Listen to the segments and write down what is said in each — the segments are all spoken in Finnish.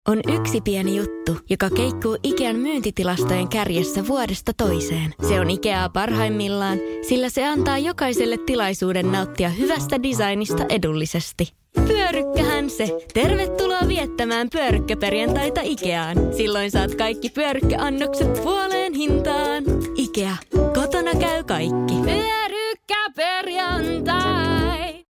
On yksi pieni juttu, joka keikkuu Ikean myyntitilastojen kärjessä vuodesta toiseen. Se on Ikeaa parhaimmillaan, sillä se antaa jokaiselle tilaisuuden nauttia hyvästä designista edullisesti. Pyörykkähän se! Tervetuloa viettämään pyörykkäperjantaita Ikeaan. Silloin saat kaikki pyörykkäannokset puoleen hintaan. Ikea. Kotona käy kaikki. Pyörykkäperjantai!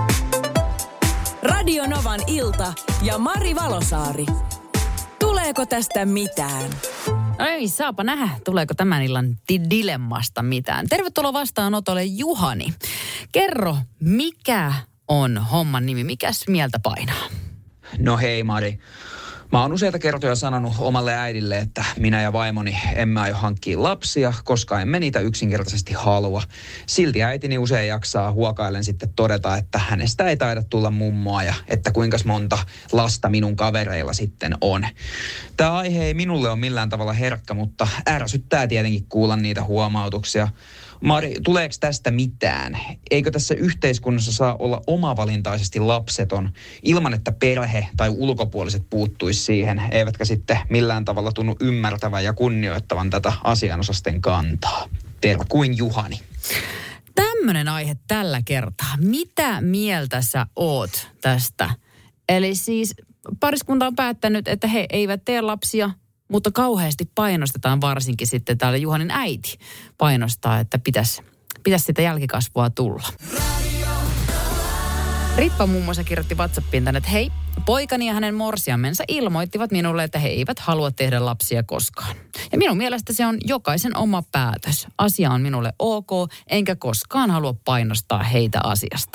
Radio Novan ilta ja Mari Valosaari. Tuleeko tästä mitään? Ei, saapa nähdä, tuleeko tämän illan dilemmasta mitään. Tervetuloa vastaanotolle Juhani. Kerro, mikä on homman nimi? Mikäs mieltä painaa? No hei Mari. Mä oon useita kertoja sanonut omalle äidille, että minä ja vaimoni emme aio hankkia lapsia, koska emme niitä yksinkertaisesti halua. Silti äitini usein jaksaa huokaillen sitten todeta, että hänestä ei taida tulla mummoa ja että kuinkas monta lasta minun kavereilla sitten on. Tämä aihe ei minulle ole millään tavalla herkkä, mutta ärsyttää tietenkin kuulla niitä huomautuksia. Mari, tuleeko tästä mitään? Eikö tässä yhteiskunnassa saa olla omavalintaisesti lapseton ilman, että perhe tai ulkopuoliset puuttuisi siihen, eivätkä sitten millään tavalla tunnu ymmärtävän ja kunnioittavan tätä asianosasten kantaa? Terkuin Juhani. Tämmöinen aihe tällä kertaa. Mitä mieltä sä oot tästä? Eli siis pariskunta on päättänyt, että he eivät tee lapsia, mutta kauheasti painostetaan, varsinkin sitten täällä Juhanin äiti painostaa, että pitäisi sitä jälkikasvua tulla. Rippa muun muassa kirjoitti WhatsAppiin tänne, että hei, poikani ja hänen morsiamensa ilmoittivat minulle, että he eivät halua tehdä lapsia koskaan. Ja minun mielestä se on jokaisen oma päätös. Asia on minulle ok, enkä koskaan halua painostaa heitä asiasta.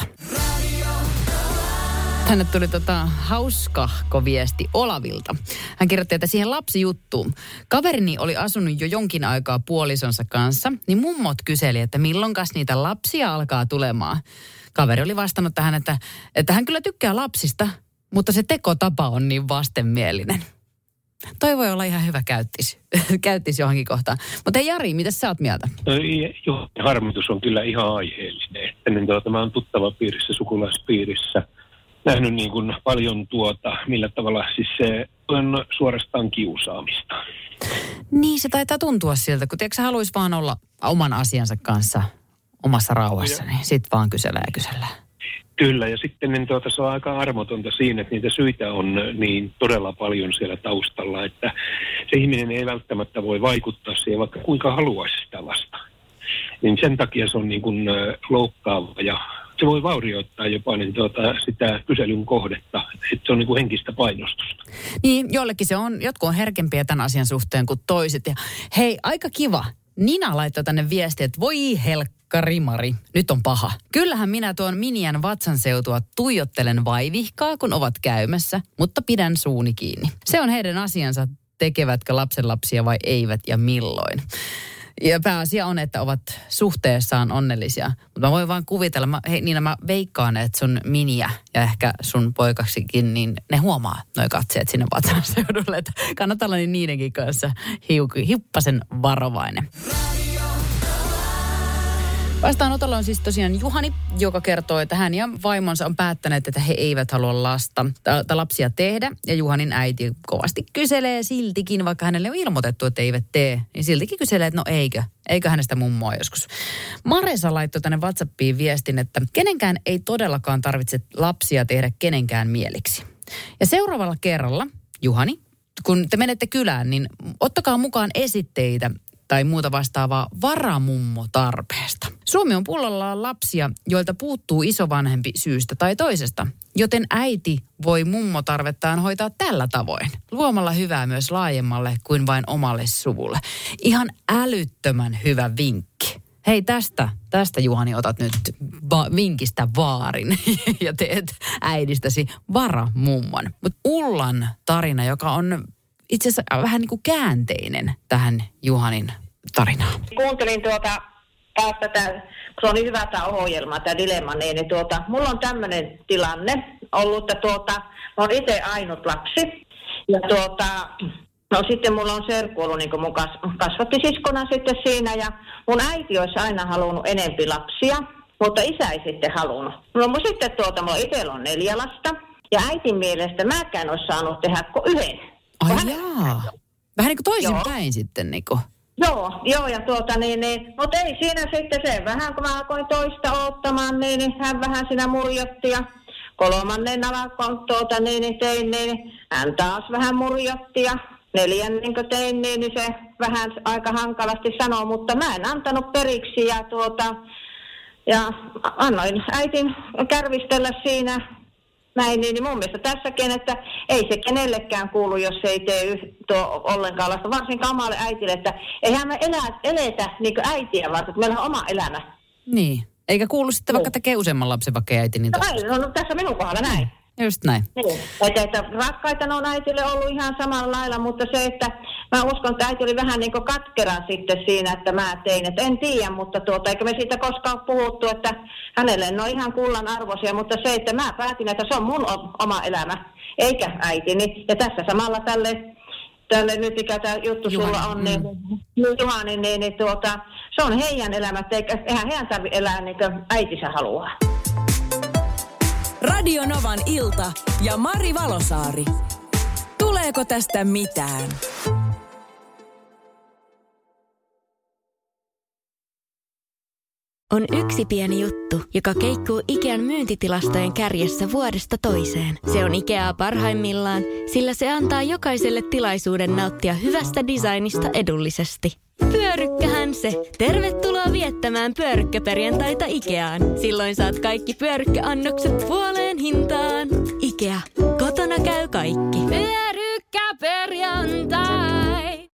Tänne tuli hauskahko viesti Olavilta. Hän kirjoitti, että siihen lapsijuttuun. Kaverini oli asunut jo jonkin aikaa puolisonsa kanssa, niin mummot kyseli, että milloinkas niitä lapsia alkaa tulemaan. Kaveri oli vastannut tähän, että hän kyllä tykkää lapsista, mutta se tekotapa on niin vastenmielinen. Toi voi olla ihan hyvä käyttis johonkin kohtaan. Mutta Jari, mitä sä oot mieltä? No, harmitus on kyllä ihan aiheellinen. Mä oon tuttava piirissä, sukulaispiirissä nähnyt niin kuin paljon millä tavalla siis se on suorastaan kiusaamista. Niin, se taitaa tuntua siltä, kun tiedätkö, haluaisi vaan olla oman asiansa kanssa omassa rauhassa, niin sit vaan kysellään. Kyllä, ja sitten se on aika armotonta siinä, että niitä syitä on niin todella paljon siellä taustalla, että se ihminen ei välttämättä voi vaikuttaa siihen, vaikka kuinka haluaisi sitä lasta. Niin sen takia se on niin kuin loukkaava ja se voi vaurioittaa jopa sitä kyselyn kohdetta, että se on niin kuin henkistä painostusta. Niin, jotkut on herkempiä tämän asian suhteen kuin toiset. Ja hei, aika kiva. Nina laittoi tänne viestiä, että voi helkkari Mari, nyt on paha. Kyllähän minä tuon Miniän vatsanseutua tuijottelen vaivihkaa, kun ovat käymässä, mutta pidän suuni kiinni. Se on heidän asiansa, tekevätkö lapsenlapsia vai eivät ja milloin. Ja pääasia on, että ovat suhteessaan onnellisia. Mutta mä voin vaan kuvitella, mä veikkaan, että sun Miniä ja ehkä sun poikaksikin, niin ne huomaa noi katseet sinne vatsanseudulle. Että kannattaa olla niidenkin kanssa hippasen varovainen. Vastaanotolla on siis tosiaan Juhani, joka kertoo, että hän ja vaimonsa on päättäneet, että he eivät halua lapsia tehdä. Ja Juhanin äiti kovasti kyselee siltikin, vaikka hänelle on ilmoitettu, että eivät tee. Niin siltikin kyselee, että no eikö hänestä mummoa joskus. Maresa laittoi tänne WhatsAppiin viestin, että kenenkään ei todellakaan tarvitse lapsia tehdä kenenkään mieliksi. Ja seuraavalla kerralla, Juhani, kun te menette kylään, niin ottakaa mukaan esitteitä tai muuta vastaavaa varamummo-tarpeesta. Suomi on pullollaan lapsia, joilta puuttuu isovanhempi syystä tai toisesta, joten äiti voi mummotarvettaan hoitaa tällä tavoin, luomalla hyvää myös laajemmalle kuin vain omalle suvulle. Ihan älyttömän hyvä vinkki. Hei, tästä Juhani otat nyt vinkistä vaarin ja teet äidistäsi varamummon. Mutta Ullan tarina, joka on itse asiassa vähän niin kuin käänteinen tähän Juhanin tarinaan. Kuuntelin tästä, kun se on niin hyvä tämä ohjelma, tämä dilemma, niin mulla on tämmöinen tilanne ollut, että mä oon itse ainut lapsi. Ja no sitten mulla on serkku ollut niin kuin mun kasvattisiskona sitten siinä, ja mun äiti olisi aina halunnut enempi lapsia, mutta isä ei sitten halunnut. Mulla itsellä on 4 lasta. Ja äitin mielestä mäkään olisi saanut tehdä kuin yhden. Ai jaa. Vähän niin kuin toisinpäin sitten niin kuin. Joo, ja mutta ei siinä sitten se vähän, kun mä alkoin toista odottamaan, niin hän vähän siinä murjotti ja kolmannen alkoin tein, niin hän taas vähän murjotti ja neljännen kun tein, niin se vähän aika hankalasti sanoo, mutta mä en antanut periksi ja annoin äitin kärvistellä siinä. Näin, niin mun mielestä tässäkin, että ei se kenellekään kuulu, jos ei tee ollenkaan lasta. Varsinkaan omalle äitille, että eihän me eletä niin kuin äitiä varten, että meillä on oma elämä. Niin, eikä kuulu sitten vaikka tekee useamman lapsen vaikka äiti. Niin no, tässä minun kohdalla näin. Just näin. Niin. Että rakkaita ne on äitille ollut ihan samalla lailla, mutta se, että mä uskon, että äiti oli vähän niin kuin katkera sitten siinä, että mä tein. Että en tiedä, mutta eikä me siitä koskaan puhuttu, että hänelle ne on ihan kullan arvoisia, mutta se, että mä päätin, että se on mun oma elämä, eikä äitini. Ja tässä samalla tälle nyt mikä tämä juttu sulla on, niin Juhani, se on heidän elämät, eihän heidän tarvitse elää niin kuin äitinsä haluaa. Radio Novan ilta ja Mari Valosaari. Tuleeko tästä mitään? On yksi pieni juttu, joka keikkuu Ikean myyntitilastojen kärjessä vuodesta toiseen. Se on Ikeaa parhaimmillaan, sillä se antaa jokaiselle tilaisuuden nauttia hyvästä designista edullisesti. Pyörykkähän se! Tervetuloa viettämään pyörykkäperjantaita Ikeaan. Silloin saat kaikki pyörykkäannokset puoleen hintaan. Ikea. Kotona käy kaikki. Pyörykkäperjantai!